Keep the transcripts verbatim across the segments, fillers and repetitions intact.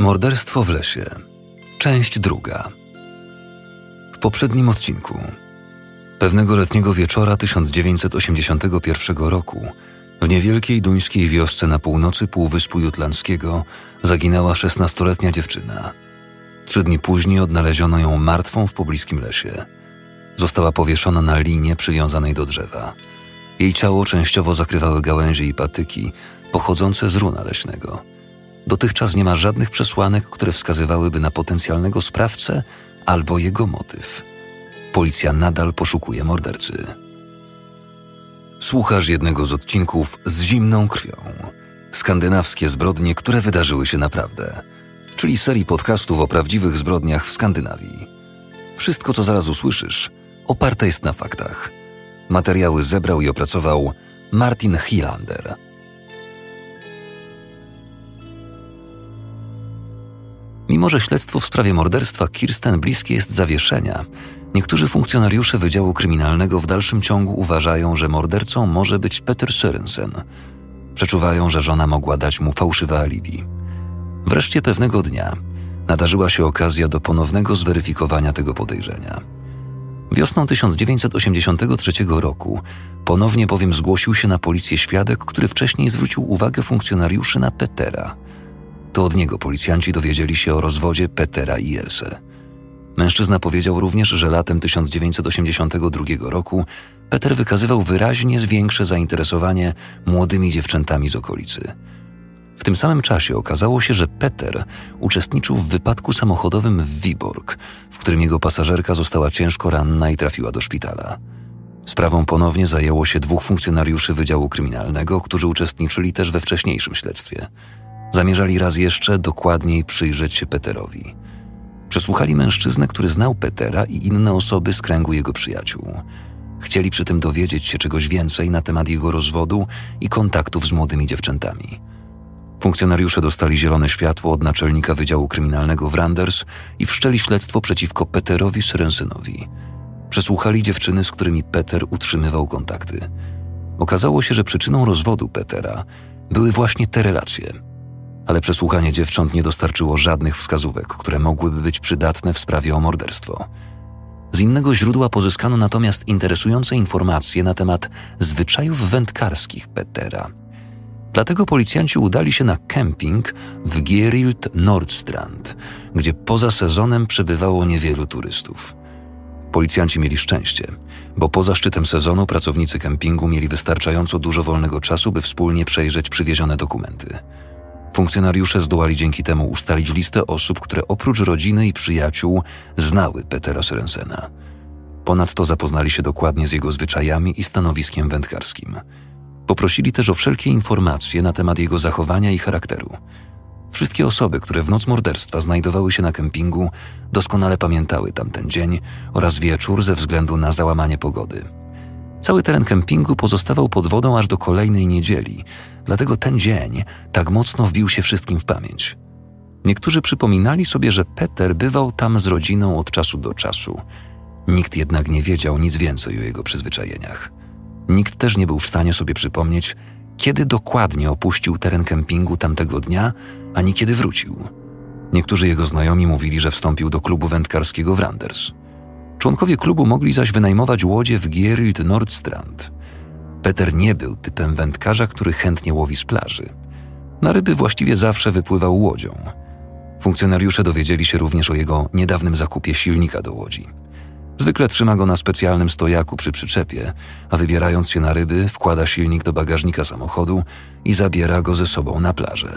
Morderstwo w lesie. Część druga. W poprzednim odcinku. Pewnego letniego wieczora tysiąc dziewięćset osiemdziesiątego pierwszego roku w niewielkiej duńskiej wiosce na północy Półwyspu Jutlandzkiego zaginęła szesnastoletnia dziewczyna. Trzy dni później odnaleziono ją martwą w pobliskim lesie. Została powieszona na linie przywiązanej do drzewa. Jej ciało częściowo zakrywały gałęzie i patyki pochodzące z runa leśnego. Dotychczas nie ma żadnych przesłanek, które wskazywałyby na potencjalnego sprawcę albo jego motyw. Policja nadal poszukuje mordercy. Słuchasz jednego z odcinków z zimną krwią. Skandynawskie zbrodnie, które wydarzyły się naprawdę, czyli serii podcastów o prawdziwych zbrodniach w Skandynawii. Wszystko, co zaraz usłyszysz, oparte jest na faktach. Materiały zebrał i opracował Martin Hylander. Mimo że śledztwo w sprawie morderstwa Kirsten bliskie jest zawieszenia, niektórzy funkcjonariusze Wydziału Kryminalnego w dalszym ciągu uważają, że mordercą może być Peter Sørensen. Przeczuwają, że żona mogła dać mu fałszywe alibi. Wreszcie pewnego dnia nadarzyła się okazja do ponownego zweryfikowania tego podejrzenia. Wiosną tysiąc dziewięćset osiemdziesiątego trzeciego roku ponownie bowiem zgłosił się na policję świadek, który wcześniej zwrócił uwagę funkcjonariuszy na Petera. To od niego policjanci dowiedzieli się o rozwodzie Petera i Else. Mężczyzna powiedział również, że latem tysiąc dziewięćset osiemdziesiątego drugiego roku Peter wykazywał wyraźnie większe zainteresowanie młodymi dziewczętami z okolicy. W tym samym czasie okazało się, że Peter uczestniczył w wypadku samochodowym w Viborg, w którym jego pasażerka została ciężko ranna i trafiła do szpitala. Sprawą ponownie zajęło się dwóch funkcjonariuszy Wydziału Kryminalnego, którzy uczestniczyli też we wcześniejszym śledztwie. Zamierzali raz jeszcze dokładniej przyjrzeć się Peterowi. Przesłuchali mężczyznę, który znał Petera i inne osoby z kręgu jego przyjaciół. Chcieli przy tym dowiedzieć się czegoś więcej na temat jego rozwodu i kontaktów z młodymi dziewczętami. Funkcjonariusze dostali zielone światło od naczelnika Wydziału Kryminalnego w Randers i wszczęli śledztwo przeciwko Peterowi Sørensenowi. Przesłuchali dziewczyny, z którymi Peter utrzymywał kontakty. Okazało się, że przyczyną rozwodu Petera były właśnie te relacje. Ale przesłuchanie dziewcząt nie dostarczyło żadnych wskazówek, które mogłyby być przydatne w sprawie o morderstwo. Z innego źródła pozyskano natomiast interesujące informacje na temat zwyczajów wędkarskich Petera. Dlatego policjanci udali się na kemping w Gerild Nordstrand, gdzie poza sezonem przebywało niewielu turystów. Policjanci mieli szczęście, bo poza szczytem sezonu pracownicy kempingu mieli wystarczająco dużo wolnego czasu, by wspólnie przejrzeć przywiezione dokumenty. Funkcjonariusze zdołali dzięki temu ustalić listę osób, które oprócz rodziny i przyjaciół znały Petera Sørensena. Ponadto zapoznali się dokładnie z jego zwyczajami i stanowiskiem wędkarskim. Poprosili też o wszelkie informacje na temat jego zachowania i charakteru. Wszystkie osoby, które w noc morderstwa znajdowały się na kempingu, doskonale pamiętały tamten dzień oraz wieczór ze względu na załamanie pogody. Cały teren kempingu pozostawał pod wodą aż do kolejnej niedzieli, dlatego ten dzień tak mocno wbił się wszystkim w pamięć. Niektórzy przypominali sobie, że Peter bywał tam z rodziną od czasu do czasu. Nikt jednak nie wiedział nic więcej o jego przyzwyczajeniach. Nikt też nie był w stanie sobie przypomnieć, kiedy dokładnie opuścił teren kempingu tamtego dnia, ani kiedy wrócił. Niektórzy jego znajomi mówili, że wstąpił do klubu wędkarskiego w Randers. Członkowie klubu mogli zaś wynajmować łodzie w Gerild Nordstrand. Peter nie był typem wędkarza, który chętnie łowi z plaży. Na ryby właściwie zawsze wypływał łodzią. Funkcjonariusze dowiedzieli się również o jego niedawnym zakupie silnika do łodzi. Zwykle trzyma go na specjalnym stojaku przy przyczepie, a wybierając się na ryby, wkłada silnik do bagażnika samochodu i zabiera go ze sobą na plażę.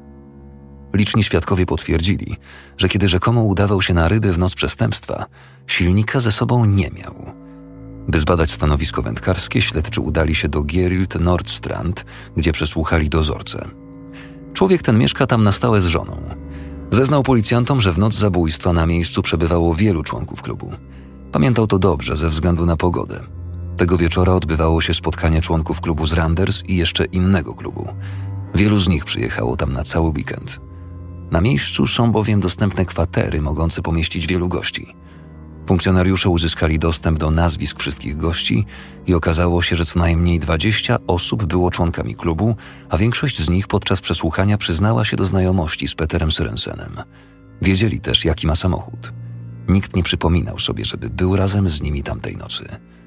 Liczni świadkowie potwierdzili, że kiedy rzekomo udawał się na ryby w noc przestępstwa, silnika ze sobą nie miał. By zbadać stanowisko wędkarskie, śledczy udali się do Gerild Nordstrand, gdzie przesłuchali dozorcę. Człowiek ten mieszka tam na stałe z żoną. Zeznał policjantom, że w noc zabójstwa na miejscu przebywało wielu członków klubu. Pamiętał to dobrze ze względu na pogodę. Tego wieczora odbywało się spotkanie członków klubu z Randers i jeszcze innego klubu. Wielu z nich przyjechało tam na cały weekend. Na miejscu są bowiem dostępne kwatery mogące pomieścić wielu gości. Funkcjonariusze uzyskali dostęp do nazwisk wszystkich gości i okazało się, że co najmniej dwadzieścia osób było członkami klubu, a większość z nich podczas przesłuchania przyznała się do znajomości z Peterem Sorensenem. Wiedzieli też, jaki ma samochód. Nikt nie przypominał sobie, żeby był razem z nimi tamtej nocy.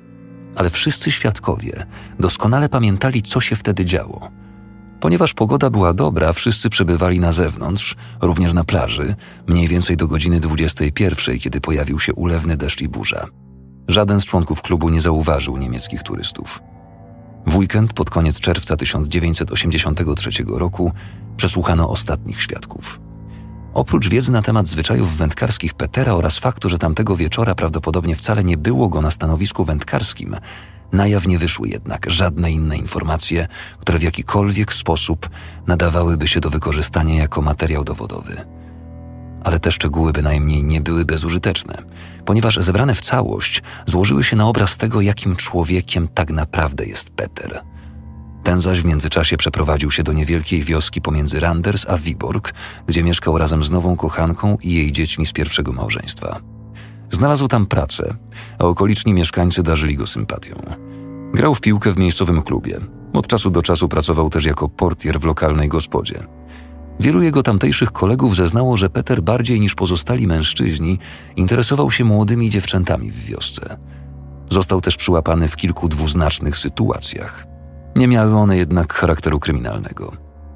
Ale wszyscy świadkowie doskonale pamiętali, co się wtedy działo. Ponieważ pogoda była dobra, wszyscy przebywali na zewnątrz, również na plaży, mniej więcej do godziny dwudziestej pierwszej, kiedy pojawił się ulewny deszcz i burza. Żaden z członków klubu nie zauważył niemieckich turystów. W weekend pod koniec czerwca tysiąc dziewięćset osiemdziesiątego trzeciego roku przesłuchano ostatnich świadków. Oprócz wiedzy na temat zwyczajów wędkarskich Petera oraz faktu, że tamtego wieczora prawdopodobnie wcale nie było go na stanowisku wędkarskim, na jaw nie wyszły jednak żadne inne informacje, które w jakikolwiek sposób nadawałyby się do wykorzystania jako materiał dowodowy. Ale te szczegóły bynajmniej nie były bezużyteczne, ponieważ zebrane w całość złożyły się na obraz tego, jakim człowiekiem tak naprawdę jest Peter. Ten zaś w międzyczasie przeprowadził się do niewielkiej wioski pomiędzy Randers a Viborg, gdzie mieszkał razem z nową kochanką i jej dziećmi z pierwszego małżeństwa. Znalazł tam pracę, a okoliczni mieszkańcy darzyli go sympatią. Grał w piłkę w miejscowym klubie. Od czasu do czasu pracował też jako portier w lokalnej gospodzie. Wielu jego tamtejszych kolegów zeznało, że Peter bardziej niż pozostali mężczyźni interesował się młodymi dziewczętami w wiosce. Został też przyłapany w kilku dwuznacznych sytuacjach. Nie miały one jednak charakteru kryminalnego.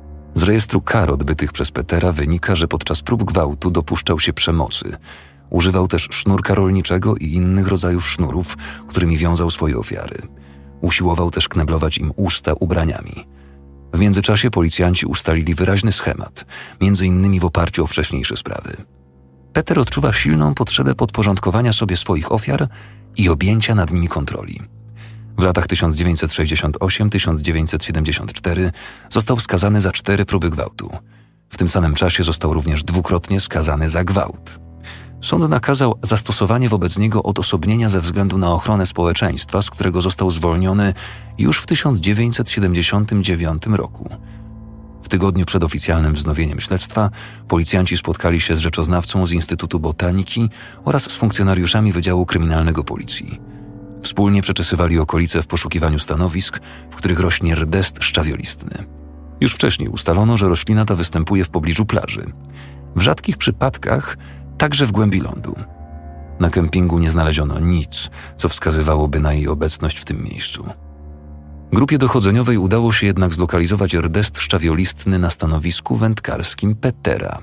Z rejestru kar odbytych przez Petera wynika, że podczas prób gwałtu dopuszczał się przemocy. Używał też sznurka rolniczego i innych rodzajów sznurów, którymi wiązał swoje ofiary. Usiłował też kneblować im usta ubraniami. W międzyczasie policjanci ustalili wyraźny schemat, między innymi w oparciu o wcześniejsze sprawy. Peter odczuwa silną potrzebę podporządkowania sobie swoich ofiar i objęcia nad nimi kontroli. W latach tysiąc dziewięćset sześćdziesiąt osiem do tysiąc dziewięćset siedemdziesiąt cztery został skazany za cztery próby gwałtu. W tym samym czasie został również dwukrotnie skazany za gwałt. Sąd nakazał zastosowanie wobec niego odosobnienia ze względu na ochronę społeczeństwa, z którego został zwolniony już w tysiąc dziewięćset siedemdziesiątym dziewiątym roku. W tygodniu przed oficjalnym wznowieniem śledztwa policjanci spotkali się z rzeczoznawcą z Instytutu Botaniki oraz z funkcjonariuszami Wydziału Kryminalnego Policji. Wspólnie przeczesywali okolice w poszukiwaniu stanowisk, w których rośnie rdest szczawiolistny. Już wcześniej ustalono, że roślina ta występuje w pobliżu plaży. W rzadkich przypadkach także w głębi lądu. Na kempingu nie znaleziono nic, co wskazywałoby na jej obecność w tym miejscu. Grupie dochodzeniowej udało się jednak zlokalizować rdest szczawiolistny na stanowisku wędkarskim Petera.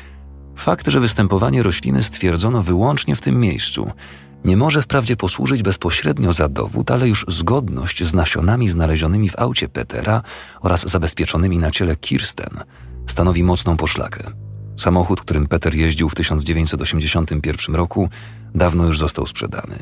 Fakt, że występowanie rośliny stwierdzono wyłącznie w tym miejscu, nie może wprawdzie posłużyć bezpośrednio za dowód, ale już zgodność z nasionami znalezionymi w aucie Petera oraz zabezpieczonymi na ciele Kirsten stanowi mocną poszlakę. Samochód, którym Peter jeździł w tysiąc dziewięćset osiemdziesiątym pierwszym roku, dawno już został sprzedany.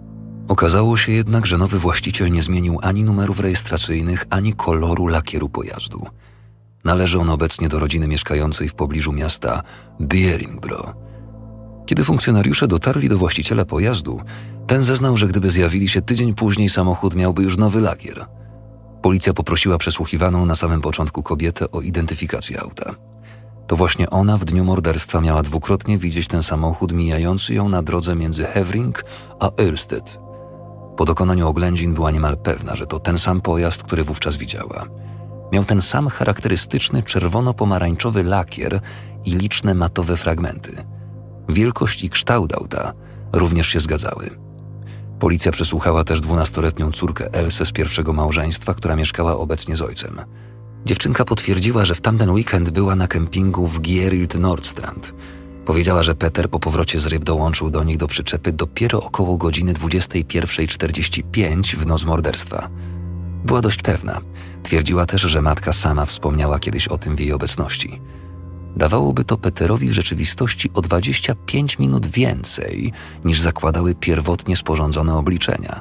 Okazało się jednak, że nowy właściciel nie zmienił ani numerów rejestracyjnych, ani koloru lakieru pojazdu. Należy on obecnie do rodziny mieszkającej w pobliżu miasta Bjerringbro. Kiedy funkcjonariusze dotarli do właściciela pojazdu, ten zeznał, że gdyby zjawili się tydzień później, samochód miałby już nowy lakier. Policja poprosiła przesłuchiwaną na samym początku kobietę o identyfikację auta. To właśnie ona w dniu morderstwa miała dwukrotnie widzieć ten samochód mijający ją na drodze między Hevring a Ölstedt. Po dokonaniu oględzin była niemal pewna, że to ten sam pojazd, który wówczas widziała. Miał ten sam charakterystyczny czerwono-pomarańczowy lakier i liczne matowe fragmenty. Wielkość i kształt auta również się zgadzały. Policja przesłuchała też dwunastoletnią córkę Elsę z pierwszego małżeństwa, która mieszkała obecnie z ojcem. Dziewczynka potwierdziła, że w tamten weekend była na kempingu w Gierild Nordstrand. Powiedziała, że Peter po powrocie z ryb dołączył do nich do przyczepy dopiero około godziny dwudziestej pierwszej czterdzieści pięć w noc morderstwa. Była dość pewna. Twierdziła też, że matka sama wspomniała kiedyś o tym w jej obecności. Dawałoby to Peterowi w rzeczywistości o dwadzieścia pięć minut więcej, niż zakładały pierwotnie sporządzone obliczenia.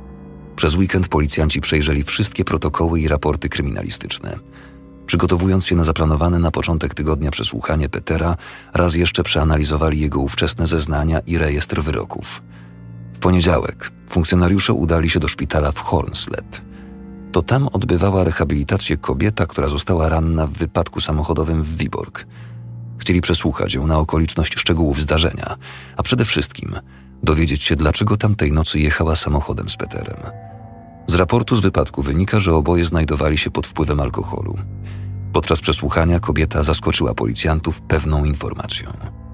Przez weekend policjanci przejrzeli wszystkie protokoły i raporty kryminalistyczne. Przygotowując się na zaplanowane na początek tygodnia przesłuchanie Petera, raz jeszcze przeanalizowali jego ówczesne zeznania i rejestr wyroków. W poniedziałek funkcjonariusze udali się do szpitala w Hornslet. To tam odbywała rehabilitację kobieta, która została ranna w wypadku samochodowym w Viborg. Chcieli przesłuchać ją na okoliczność szczegółów zdarzenia, a przede wszystkim dowiedzieć się, dlaczego tamtej nocy jechała samochodem z Peterem. Z raportu z wypadku wynika, że oboje znajdowali się pod wpływem alkoholu. Podczas przesłuchania kobieta zaskoczyła policjantów pewną informacją.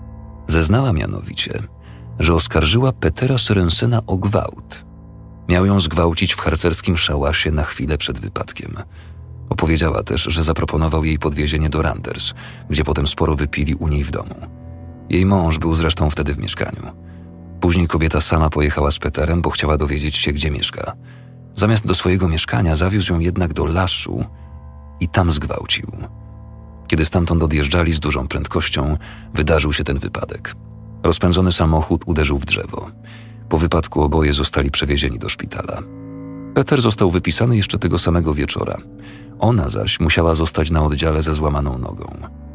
Zeznała mianowicie, że oskarżyła Petera Sørensena o gwałt. Miał ją zgwałcić w harcerskim szałasie na chwilę przed wypadkiem. Opowiedziała też, że zaproponował jej podwiezienie do Randers, gdzie potem sporo wypili u niej w domu. Jej mąż był zresztą wtedy w mieszkaniu. Później kobieta sama pojechała z Peterem, bo chciała dowiedzieć się, gdzie mieszka. Zamiast do swojego mieszkania zawiózł ją jednak do lasu i tam zgwałcił. Kiedy stamtąd odjeżdżali z dużą prędkością, wydarzył się ten wypadek. Rozpędzony samochód uderzył w drzewo. Po wypadku oboje zostali przewiezieni do szpitala. Peter został wypisany jeszcze tego samego wieczora. Ona zaś musiała zostać na oddziale ze złamaną nogą.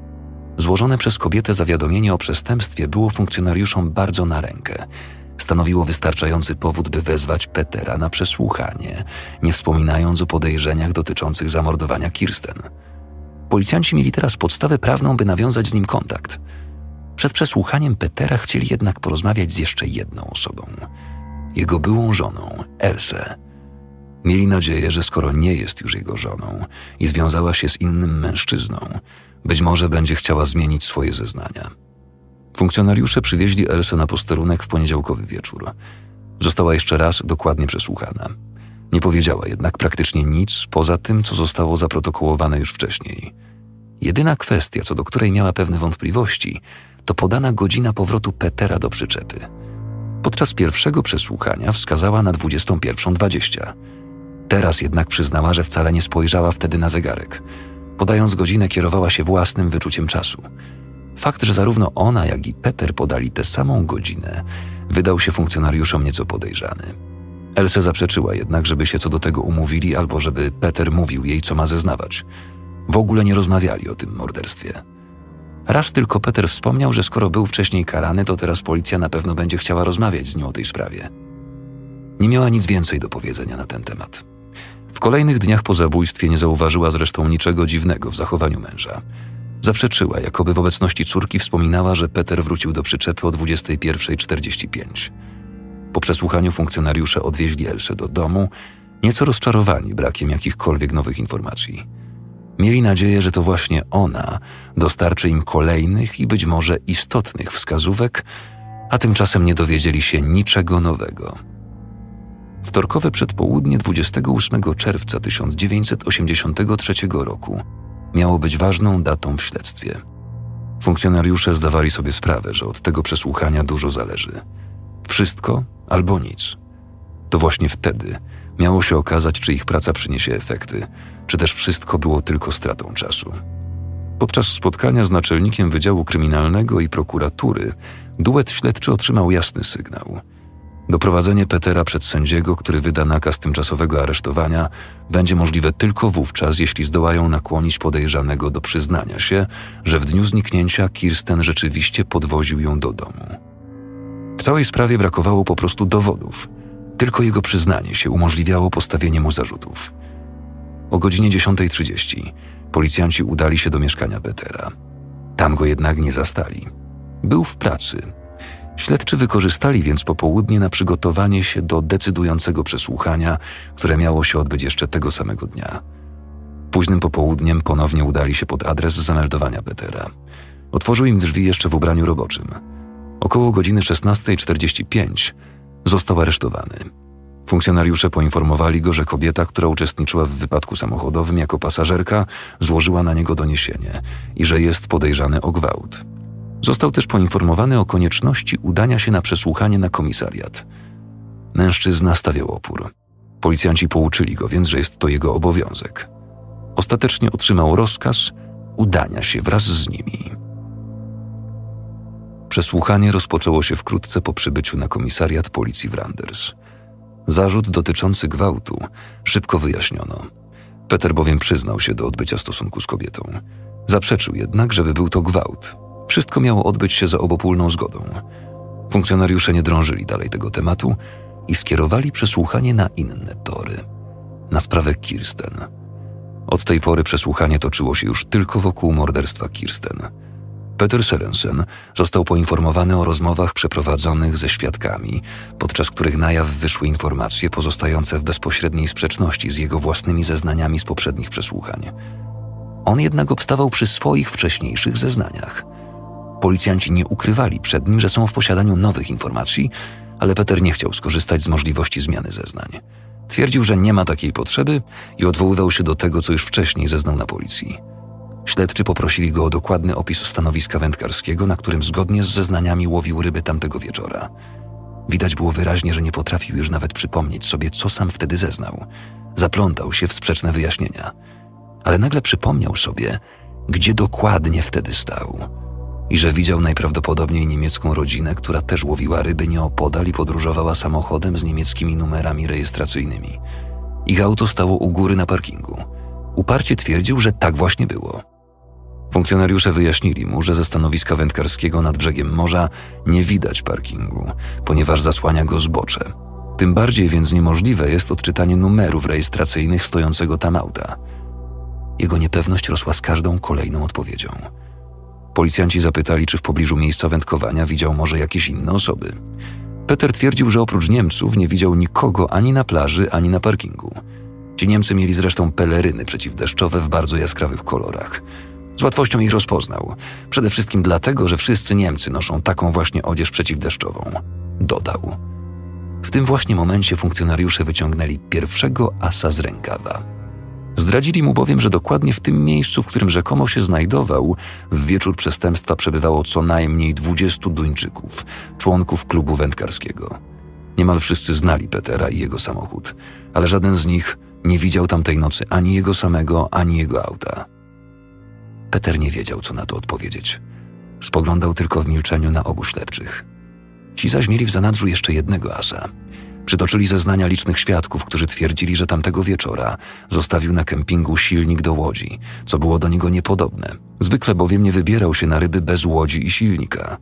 Złożone przez kobietę zawiadomienie o przestępstwie było funkcjonariuszom bardzo na rękę. Stanowiło wystarczający powód, by wezwać Petera na przesłuchanie, nie wspominając o podejrzeniach dotyczących zamordowania Kirsten. Policjanci mieli teraz podstawę prawną, by nawiązać z nim kontakt. Przed przesłuchaniem Petera chcieli jednak porozmawiać z jeszcze jedną osobą. Jego byłą żoną, Elsę. Mieli nadzieję, że skoro nie jest już jego żoną i związała się z innym mężczyzną, być może będzie chciała zmienić swoje zeznania. Funkcjonariusze przywieźli Elsę na posterunek w poniedziałkowy wieczór. Została jeszcze raz dokładnie przesłuchana. Nie powiedziała jednak praktycznie nic poza tym, co zostało zaprotokołowane już wcześniej. Jedyna kwestia, co do której miała pewne wątpliwości, to podana godzina powrotu Petera do przyczepy. Podczas pierwszego przesłuchania wskazała na dwudziestą pierwszą dwadzieścia. Teraz jednak przyznała, że wcale nie spojrzała wtedy na zegarek. Podając godzinę, kierowała się własnym wyczuciem czasu. Fakt, że zarówno ona, jak i Peter podali tę samą godzinę, wydał się funkcjonariuszom nieco podejrzany. Elsę zaprzeczyła jednak, żeby się co do tego umówili albo żeby Peter mówił jej, co ma zeznawać. W ogóle nie rozmawiali o tym morderstwie. Raz tylko Peter wspomniał, że skoro był wcześniej karany, to teraz policja na pewno będzie chciała rozmawiać z nim o tej sprawie. Nie miała nic więcej do powiedzenia na ten temat. W kolejnych dniach po zabójstwie nie zauważyła zresztą niczego dziwnego w zachowaniu męża. Zaprzeczyła, jakoby w obecności córki wspominała, że Peter wrócił do przyczepy o dwudziestej pierwszej czterdzieści pięć. Po przesłuchaniu funkcjonariusze odwieźli Elsę do domu, nieco rozczarowani brakiem jakichkolwiek nowych informacji. Mieli nadzieję, że to właśnie ona dostarczy im kolejnych i być może istotnych wskazówek, a tymczasem nie dowiedzieli się niczego nowego. Wtorkowe przedpołudnie dwudziestego ósmego czerwca tysiąc dziewięćset osiemdziesiątego trzeciego roku miało być ważną datą w śledztwie. Funkcjonariusze zdawali sobie sprawę, że od tego przesłuchania dużo zależy. Wszystko albo nic. To właśnie wtedy miało się okazać, czy ich praca przyniesie efekty, czy też wszystko było tylko stratą czasu. Podczas spotkania z naczelnikiem Wydziału Kryminalnego i prokuratury duet śledczy otrzymał jasny sygnał. Doprowadzenie Petera przed sędziego, który wyda nakaz tymczasowego aresztowania, będzie możliwe tylko wówczas, jeśli zdołają nakłonić podejrzanego do przyznania się, że w dniu zniknięcia Kirsten rzeczywiście podwoził ją do domu. W całej sprawie brakowało po prostu dowodów. Tylko jego przyznanie się umożliwiało postawienie mu zarzutów. O godzinie dziesiątej trzydzieści policjanci udali się do mieszkania Petera. Tam go jednak nie zastali. Był w pracy. Śledczy wykorzystali więc popołudnie na przygotowanie się do decydującego przesłuchania, które miało się odbyć jeszcze tego samego dnia. Późnym popołudniem ponownie udali się pod adres zameldowania Petera. Otworzył im drzwi jeszcze w ubraniu roboczym. Około godziny szesnastej czterdzieści pięć został aresztowany. Funkcjonariusze poinformowali go, że kobieta, która uczestniczyła w wypadku samochodowym jako pasażerka, złożyła na niego doniesienie i że jest podejrzany o gwałt. Został też poinformowany o konieczności udania się na przesłuchanie na komisariat. Mężczyzna stawiał opór. Policjanci pouczyli go więc, że jest to jego obowiązek. Ostatecznie otrzymał rozkaz udania się wraz z nimi. Przesłuchanie rozpoczęło się wkrótce po przybyciu na komisariat policji w Randers. Zarzut dotyczący gwałtu szybko wyjaśniono. Peter bowiem przyznał się do odbycia stosunku z kobietą. Zaprzeczył jednak, żeby był to gwałt. Wszystko miało odbyć się za obopólną zgodą. Funkcjonariusze nie drążyli dalej tego tematu i skierowali przesłuchanie na inne tory. Na sprawę Kirsten. Od tej pory przesłuchanie toczyło się już tylko wokół morderstwa Kirsten. Peter Sørensen został poinformowany o rozmowach przeprowadzonych ze świadkami, podczas których na jaw wyszły informacje pozostające w bezpośredniej sprzeczności z jego własnymi zeznaniami z poprzednich przesłuchań. On jednak obstawał przy swoich wcześniejszych zeznaniach. Policjanci nie ukrywali przed nim, że są w posiadaniu nowych informacji, ale Peter nie chciał skorzystać z możliwości zmiany zeznań. Twierdził, że nie ma takiej potrzeby i odwoływał się do tego, co już wcześniej zeznał na policji. Śledczy poprosili go o dokładny opis stanowiska wędkarskiego, na którym zgodnie z zeznaniami łowił ryby tamtego wieczora. Widać było wyraźnie, że nie potrafił już nawet przypomnieć sobie, co sam wtedy zeznał. Zaplątał się w sprzeczne wyjaśnienia. Ale nagle przypomniał sobie, gdzie dokładnie wtedy stał i że widział najprawdopodobniej niemiecką rodzinę, która też łowiła ryby nieopodal i podróżowała samochodem z niemieckimi numerami rejestracyjnymi. Ich auto stało u góry na parkingu. Uparcie twierdził, że tak właśnie było. Funkcjonariusze wyjaśnili mu, że ze stanowiska wędkarskiego nad brzegiem morza nie widać parkingu, ponieważ zasłania go zbocze. Tym bardziej więc niemożliwe jest odczytanie numerów rejestracyjnych stojącego tam auta. Jego niepewność rosła z każdą kolejną odpowiedzią. Policjanci zapytali, czy w pobliżu miejsca wędkowania widział może jakieś inne osoby. Peter twierdził, że oprócz Niemców nie widział nikogo ani na plaży, ani na parkingu. Ci Niemcy mieli zresztą peleryny przeciwdeszczowe w bardzo jaskrawych kolorach. Z łatwością ich rozpoznał. Przede wszystkim dlatego, że wszyscy Niemcy noszą taką właśnie odzież przeciwdeszczową. Dodał. W tym właśnie momencie funkcjonariusze wyciągnęli pierwszego asa z rękawa. Zdradzili mu bowiem, że dokładnie w tym miejscu, w którym rzekomo się znajdował, w wieczór przestępstwa przebywało co najmniej dwudziestu Duńczyków, członków klubu wędkarskiego. Niemal wszyscy znali Petera i jego samochód, ale żaden z nich nie widział tamtej nocy ani jego samego, ani jego auta. Peter nie wiedział, co na to odpowiedzieć. Spoglądał tylko w milczeniu na obu śledczych. Ci zaś mieli w zanadrzu jeszcze jednego asa. Przytoczyli zeznania licznych świadków, którzy twierdzili, że tamtego wieczora zostawił na kempingu silnik do łodzi, co było do niego niepodobne. Zwykle bowiem nie wybierał się na ryby bez łodzi i silnika.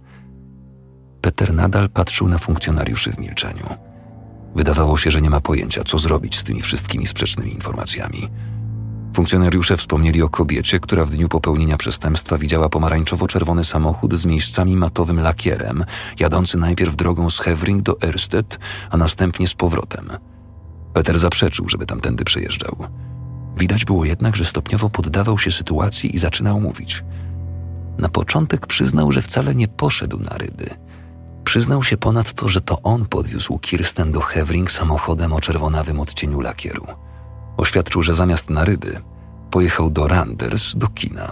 Peter nadal patrzył na funkcjonariuszy w milczeniu. Wydawało się, że nie ma pojęcia, co zrobić z tymi wszystkimi sprzecznymi informacjami. Funkcjonariusze wspomnieli o kobiecie, która w dniu popełnienia przestępstwa widziała pomarańczowo-czerwony samochód z miejscami matowym lakierem, jadący najpierw drogą z Hevring do Ørsted, a następnie z powrotem. Peter zaprzeczył, żeby tamtędy przejeżdżał. Widać było jednak, że stopniowo poddawał się sytuacji i zaczynał mówić. Na początek przyznał, że wcale nie poszedł na ryby. Przyznał się ponadto, że to on podwiózł Kirsten do Hevring samochodem o czerwonawym odcieniu lakieru. Oświadczył, że zamiast na ryby pojechał do Randers, do kina.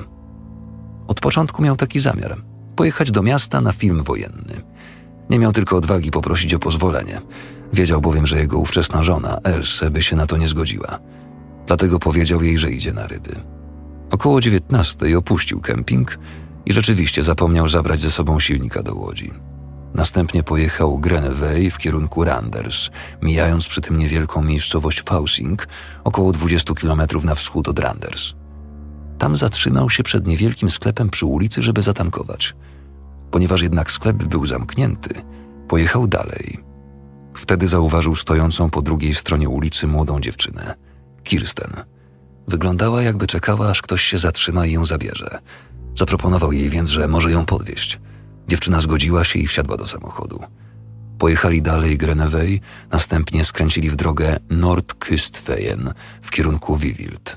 Od początku miał taki zamiar – pojechać do miasta na film wojenny. Nie miał tylko odwagi poprosić o pozwolenie. Wiedział bowiem, że jego ówczesna żona, Else, by się na to nie zgodziła. Dlatego powiedział jej, że idzie na ryby. Około dziewiętnastej opuścił kemping i rzeczywiście zapomniał zabrać ze sobą silnika do łodzi. Następnie pojechał Grenevej w kierunku Randers, mijając przy tym niewielką miejscowość Fausing, około dwudziestu kilometrów na wschód od Randers. Tam zatrzymał się przed niewielkim sklepem przy ulicy, żeby zatankować. Ponieważ jednak sklep był zamknięty, pojechał dalej. Wtedy zauważył stojącą po drugiej stronie ulicy młodą dziewczynę, Kirsten. Wyglądała, jakby czekała, aż ktoś się zatrzyma i ją zabierze. Zaproponował jej więc, że może ją podwieźć. Dziewczyna zgodziła się i wsiadła do samochodu. Pojechali dalej Grenevej, następnie skręcili w drogę Nordkustveien w kierunku Vivild.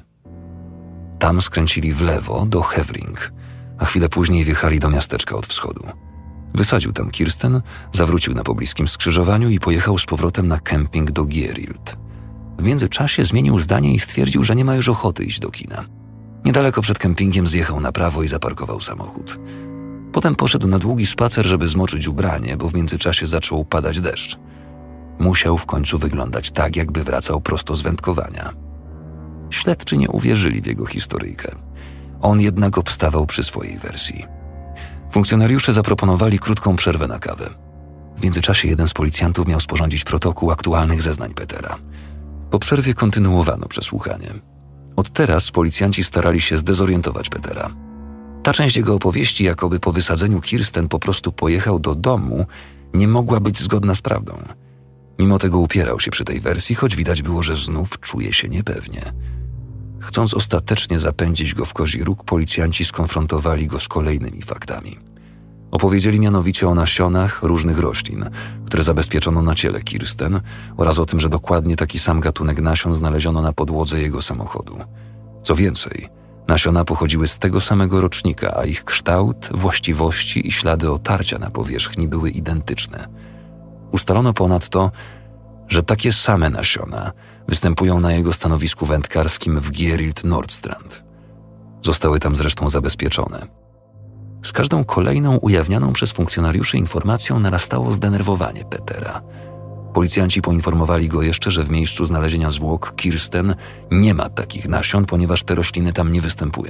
Tam skręcili w lewo do Hevring, a chwilę później wjechali do miasteczka od wschodu. Wysadził tam Kirsten, zawrócił na pobliskim skrzyżowaniu i pojechał z powrotem na kemping do Gierild. W międzyczasie zmienił zdanie i stwierdził, że nie ma już ochoty iść do kina. Niedaleko przed kempingiem zjechał na prawo i zaparkował samochód. Potem poszedł na długi spacer, żeby zmoczyć ubranie, bo w międzyczasie zaczął padać deszcz. Musiał w końcu wyglądać tak, jakby wracał prosto z wędkowania. Śledczy nie uwierzyli w jego historyjkę. On jednak obstawał przy swojej wersji. Funkcjonariusze zaproponowali krótką przerwę na kawę. W międzyczasie jeden z policjantów miał sporządzić protokół aktualnych zeznań Petera. Po przerwie kontynuowano przesłuchanie. Od teraz policjanci starali się zdezorientować Petera. Ta część jego opowieści, jakoby po wysadzeniu Kirsten po prostu pojechał do domu, nie mogła być zgodna z prawdą. Mimo tego upierał się przy tej wersji, choć widać było, że znów czuje się niepewnie. Chcąc ostatecznie zapędzić go w kozi róg, policjanci skonfrontowali go z kolejnymi faktami. Opowiedzieli mianowicie o nasionach różnych roślin, które zabezpieczono na ciele Kirsten, oraz o tym, że dokładnie taki sam gatunek nasion znaleziono na podłodze jego samochodu. Co więcej, nasiona pochodziły z tego samego rocznika, a ich kształt, właściwości i ślady otarcia na powierzchni były identyczne. Ustalono ponadto, że takie same nasiona występują na jego stanowisku wędkarskim w Gerild Nordstrand. Zostały tam zresztą zabezpieczone. Z każdą kolejną ujawnianą przez funkcjonariuszy informacją narastało zdenerwowanie Petera. Policjanci poinformowali go jeszcze, że w miejscu znalezienia zwłok Kirsten nie ma takich nasion, ponieważ te rośliny tam nie występują.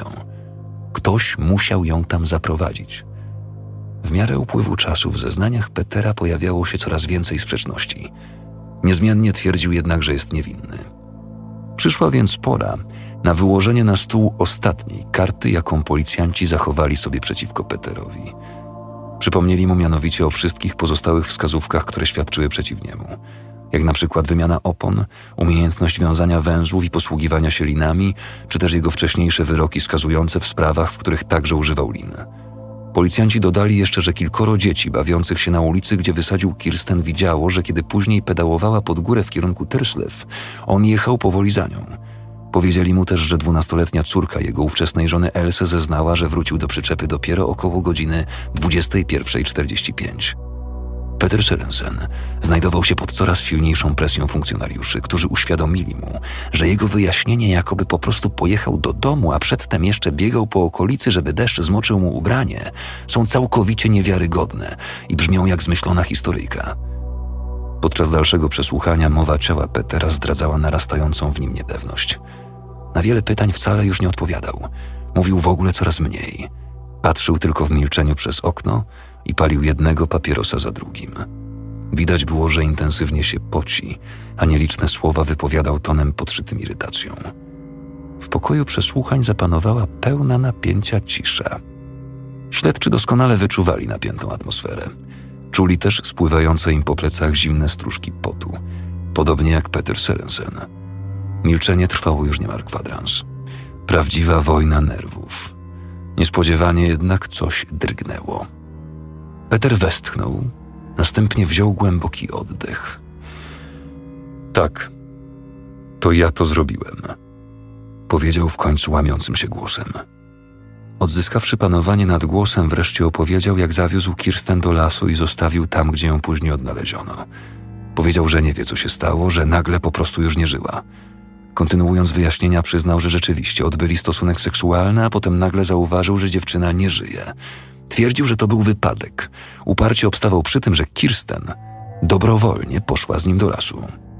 Ktoś musiał ją tam zaprowadzić. W miarę upływu czasu w zeznaniach Petera pojawiało się coraz więcej sprzeczności. Niezmiennie twierdził jednak, że jest niewinny. Przyszła więc pora na wyłożenie na stół ostatniej karty, jaką policjanci zachowali sobie przeciwko Peterowi. Przypomnieli mu mianowicie o wszystkich pozostałych wskazówkach, które świadczyły przeciw niemu, jak na przykład wymiana opon, umiejętność wiązania węzłów i posługiwania się linami, czy też jego wcześniejsze wyroki skazujące w sprawach, w których także używał lin. Policjanci dodali jeszcze, że kilkoro dzieci bawiących się na ulicy, gdzie wysadził Kirsten, widziało, że kiedy później pedałowała pod górę w kierunku Terslew, on jechał powoli za nią. Powiedzieli mu też, że dwunastoletnia córka jego ówczesnej żony Else zeznała, że wrócił do przyczepy dopiero około godziny dwudziestej pierwszej czterdzieści pięć. Peter Sørensen znajdował się pod coraz silniejszą presją funkcjonariuszy, którzy uświadomili mu, że jego wyjaśnienie, jakoby po prostu pojechał do domu, a przedtem jeszcze biegał po okolicy, żeby deszcz zmoczył mu ubranie, są całkowicie niewiarygodne i brzmią jak zmyślona historyjka. Podczas dalszego przesłuchania mowa ciała Petera zdradzała narastającą w nim niepewność. Na wiele pytań wcale już nie odpowiadał. Mówił w ogóle coraz mniej. Patrzył tylko w milczeniu przez okno i palił jednego papierosa za drugim. Widać było, że intensywnie się poci, a nieliczne słowa wypowiadał tonem podszytym irytacją. W pokoju przesłuchań zapanowała pełna napięcia cisza. Śledczy doskonale wyczuwali napiętą atmosferę. Czuli też spływające im po plecach zimne stróżki potu, podobnie jak Peter Sørensen. Milczenie trwało już niemal kwadrans. Prawdziwa wojna nerwów. Niespodziewanie jednak coś drgnęło. Peter westchnął, następnie wziął głęboki oddech. Tak, to ja to zrobiłem, powiedział w końcu łamiącym się głosem. Odzyskawszy panowanie nad głosem, wreszcie opowiedział, jak zawiózł Kirsten do lasu i zostawił tam, gdzie ją później odnaleziono. Powiedział, że nie wie, co się stało, że nagle po prostu już nie żyła. Kontynuując wyjaśnienia, przyznał, że rzeczywiście odbyli stosunek seksualny, a potem nagle zauważył, że dziewczyna nie żyje. Twierdził, że to był wypadek. Uparcie obstawał przy tym, że Kirsten dobrowolnie poszła z nim do lasu.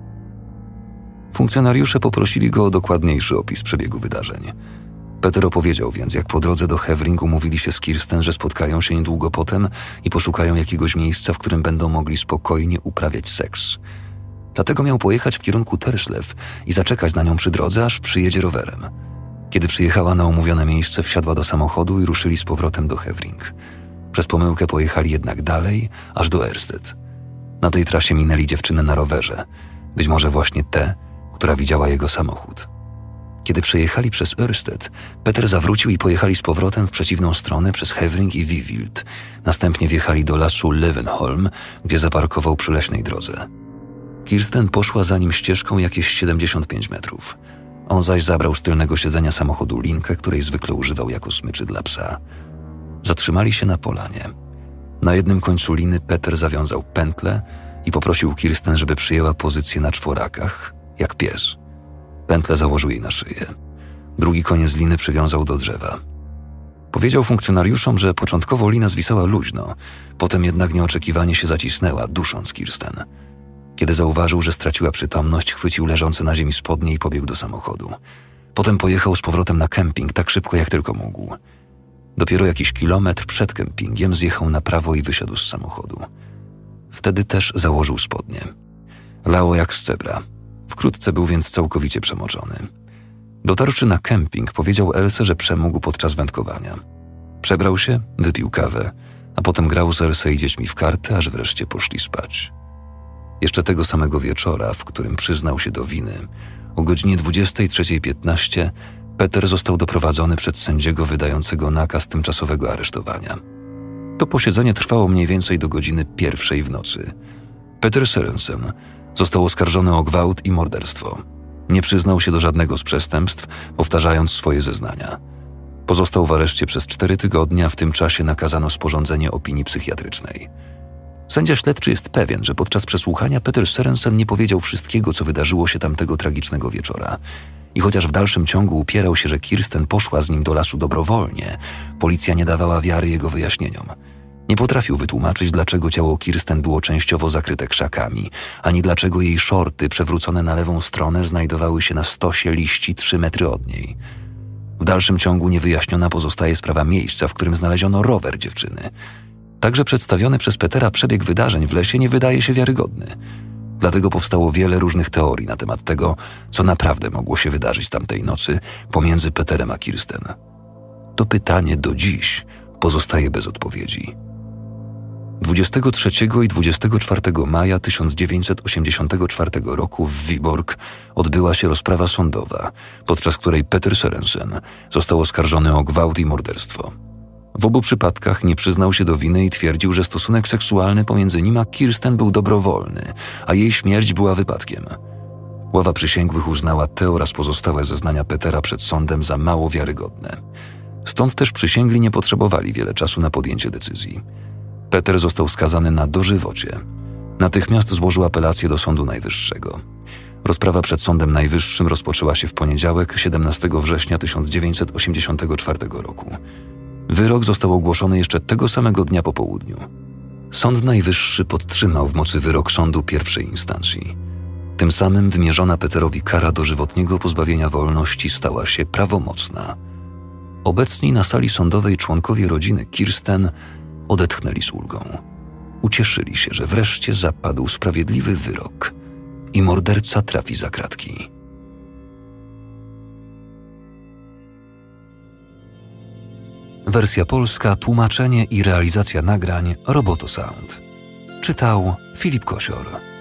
Funkcjonariusze poprosili go o dokładniejszy opis przebiegu wydarzeń. Peter opowiedział więc, jak po drodze do Hevring umówili się z Kirsten, że spotkają się niedługo potem i poszukają jakiegoś miejsca, w którym będą mogli spokojnie uprawiać seks. Dlatego miał pojechać w kierunku Terslew i zaczekać na nią przy drodze, aż przyjedzie rowerem. Kiedy przyjechała na umówione miejsce, wsiadła do samochodu i ruszyli z powrotem do Hevring. Przez pomyłkę pojechali jednak dalej, aż do Ørsted. Na tej trasie minęli dziewczynę na rowerze, być może właśnie tę, która widziała jego samochód. Kiedy przejechali przez Ørsted, Peter zawrócił i pojechali z powrotem w przeciwną stronę przez Hevring i Vivild. Następnie wjechali do lasu Levenholm, gdzie zaparkował przy leśnej drodze. Kirsten poszła za nim ścieżką jakieś siedemdziesiąt pięć metrów. On zaś zabrał z tylnego siedzenia samochodu linkę, której zwykle używał jako smyczy dla psa. Zatrzymali się na polanie. Na jednym końcu liny Peter zawiązał pętlę i poprosił Kirsten, żeby przyjęła pozycję na czworakach, jak pies. Pętlę założył jej na szyję. Drugi koniec liny przywiązał do drzewa. Powiedział funkcjonariuszom, że początkowo lina zwisała luźno, potem jednak nieoczekiwanie się zacisnęła, dusząc Kirsten. Kiedy zauważył, że straciła przytomność, chwycił leżące na ziemi spodnie i pobiegł do samochodu. Potem pojechał z powrotem na kemping tak szybko, jak tylko mógł. Dopiero jakiś kilometr przed kempingiem zjechał na prawo i wysiadł z samochodu. Wtedy też założył spodnie. Lało jak z cebra. Wkrótce był więc całkowicie przemoczony. Dotarłszy na kemping, powiedział Else, że przemógł podczas wędkowania. Przebrał się, wypił kawę, a potem grał z Else i dziećmi w karty, aż wreszcie poszli spać. Jeszcze tego samego wieczora, w którym przyznał się do winy, o godzinie dwudziestej trzeciej piętnaście Peter został doprowadzony przed sędziego wydającego nakaz tymczasowego aresztowania. To posiedzenie trwało mniej więcej do godziny pierwszej w nocy. Peter Sørensen został oskarżony o gwałt i morderstwo. Nie przyznał się do żadnego z przestępstw, powtarzając swoje zeznania. Pozostał w areszcie przez cztery tygodnie, a w tym czasie nakazano sporządzenie opinii psychiatrycznej. Sędzia śledczy jest pewien, że podczas przesłuchania Peter Sørensen nie powiedział wszystkiego, co wydarzyło się tamtego tragicznego wieczora. I chociaż w dalszym ciągu upierał się, że Kirsten poszła z nim do lasu dobrowolnie, policja nie dawała wiary jego wyjaśnieniom. Nie potrafił wytłumaczyć, dlaczego ciało Kirsten było częściowo zakryte krzakami, ani dlaczego jej szorty przewrócone na lewą stronę znajdowały się na stosie liści trzy metry od niej. W dalszym ciągu niewyjaśniona pozostaje sprawa miejsca, w którym znaleziono rower dziewczyny. Także przedstawiony przez Petera przebieg wydarzeń w lesie nie wydaje się wiarygodny. Dlatego powstało wiele różnych teorii na temat tego, co naprawdę mogło się wydarzyć tamtej nocy pomiędzy Peterem a Kirsten. To pytanie do dziś pozostaje bez odpowiedzi. dwudziestego trzeciego i dwudziestego czwartego maja tysiąc dziewięćset osiemdziesiątego czwartego roku w Viborg odbyła się rozprawa sądowa, podczas której Peter Sørensen został oskarżony o gwałt i morderstwo. W obu przypadkach nie przyznał się do winy i twierdził, że stosunek seksualny pomiędzy nim a Kirsten był dobrowolny, a jej śmierć była wypadkiem. Ława przysięgłych uznała te oraz pozostałe zeznania Petera przed sądem za mało wiarygodne. Stąd też przysięgli nie potrzebowali wiele czasu na podjęcie decyzji. Peter został skazany na dożywocie. Natychmiast złożył apelację do Sądu Najwyższego. Rozprawa przed Sądem Najwyższym rozpoczęła się w poniedziałek, siedemnastego września tysiąc dziewięćset osiemdziesiątego czwartego roku. Wyrok został ogłoszony jeszcze tego samego dnia po południu. Sąd Najwyższy podtrzymał w mocy wyrok sądu pierwszej instancji. Tym samym wymierzona Peterowi kara dożywotniego pozbawienia wolności stała się prawomocna. Obecni na sali sądowej członkowie rodziny Kirsten odetchnęli z ulgą. Ucieszyli się, że wreszcie zapadł sprawiedliwy wyrok i morderca trafi za kratki. Wersja polska, tłumaczenie i realizacja nagrań Roboto Sound. Czytał Filip Kosior.